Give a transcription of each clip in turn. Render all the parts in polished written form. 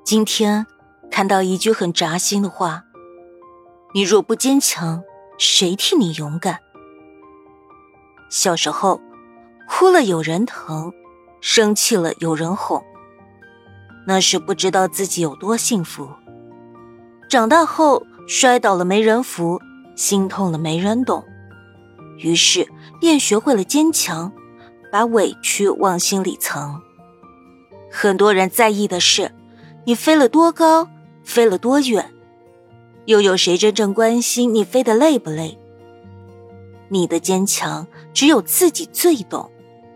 今天看到一句很扎心的话，你若不坚强，谁替你勇敢？小时候哭了有人疼，生气了有人哄，那时不知道自己有多幸福。长大后摔倒了没人扶，心痛了没人懂，于是便学会了坚强，把委屈往心里藏。很多人在意的是你飞了多高，飞了多远，又有谁真正关心你飞得累不累？你的坚强只有自己最懂。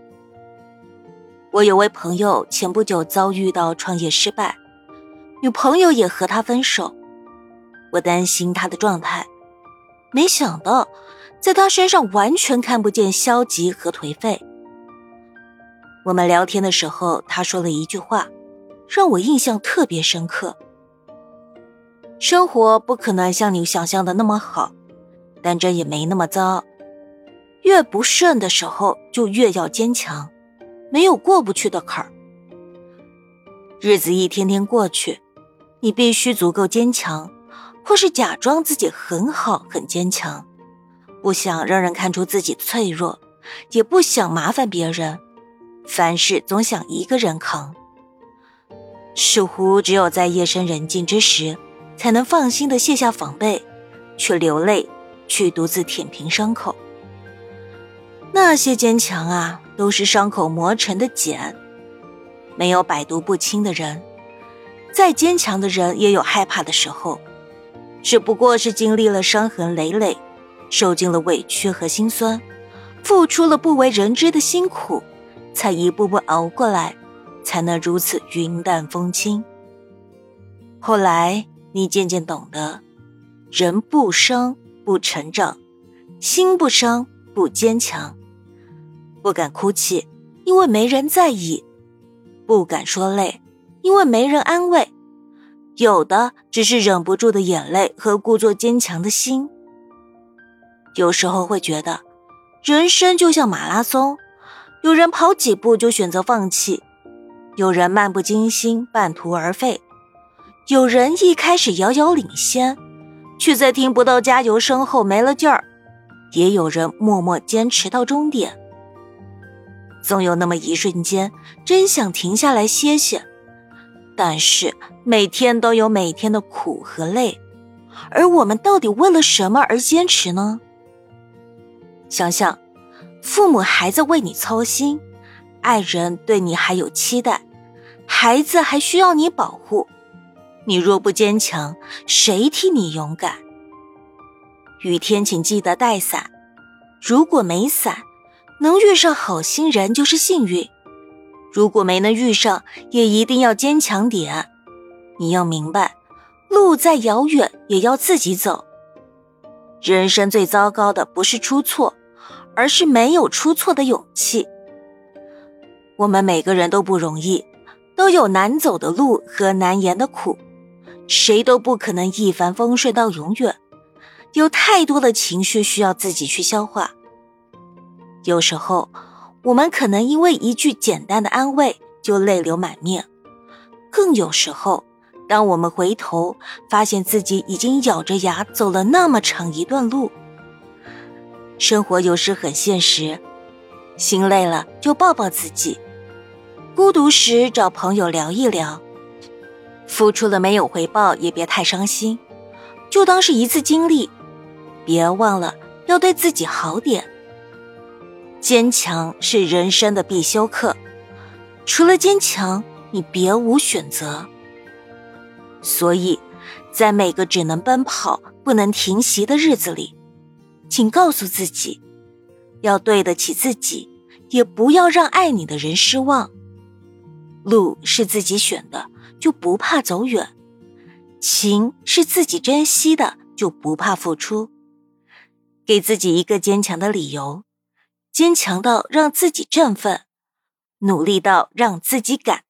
我有位朋友前不久遭遇到创业失败，女朋友也和他分手。我担心他的状态，没想到在他身上完全看不见消极和颓废。我们聊天的时候，他说了一句话，让我印象特别深刻。生活不可能像你想象的那么好，但这也没那么糟。越不顺的时候就越要坚强，没有过不去的坎儿。日子一天天过去，你必须足够坚强，或是假装自己很好很坚强，不想让人看出自己脆弱，也不想麻烦别人，凡事总想一个人扛。似乎只有在夜深人静之时，才能放心地卸下防备，去流泪，去独自舔平伤口。那些坚强啊，都是伤口磨成的茧。没有百毒不侵的人，再坚强的人也有害怕的时候，只不过是经历了伤痕累累，受尽了委屈和心酸，付出了不为人知的辛苦，才一步步熬过来，才能如此云淡风轻。后来你渐渐懂得，人不伤不成长，心不伤不坚强。不敢哭泣，因为没人在意；不敢说累，因为没人安慰。有的只是忍不住的眼泪和故作坚强的心。有时候会觉得，人生就像马拉松，有人跑几步就选择放弃，有人漫不经心半途而废，有人一开始遥遥领先，却在听不到加油声后没了劲儿，也有人默默坚持到终点。总有那么一瞬间，真想停下来歇歇，但是每天都有每天的苦和累，而我们到底为了什么而坚持呢？想想，父母还在为你操心，爱人对你还有期待，孩子还需要你保护，你若不坚强，谁替你勇敢？雨天请记得带伞，如果没伞，能遇上好心人就是幸运，如果没能遇上，也一定要坚强点。你要明白，路再遥远也要自己走。人生最糟糕的不是出错，而是没有出错的勇气。我们每个人都不容易，都有难走的路和难言的苦，谁都不可能一帆风顺到永远，有太多的情绪需要自己去消化。有时候我们可能因为一句简单的安慰就泪流满面，更有时候当我们回头发现自己已经咬着牙走了那么长一段路。生活有时很现实，心累了就抱抱自己，孤独时找朋友聊一聊，付出了没有回报也别太伤心，就当是一次经历，别忘了要对自己好点。坚强是人生的必修课，除了坚强，你别无选择。所以，在每个只能奔跑不能停息的日子里，请告诉自己，要对得起自己，也不要让爱你的人失望。路是自己选的，就不怕走远；情是自己珍惜的，就不怕付出。给自己一个坚强的理由，坚强到让自己振奋，努力到让自己感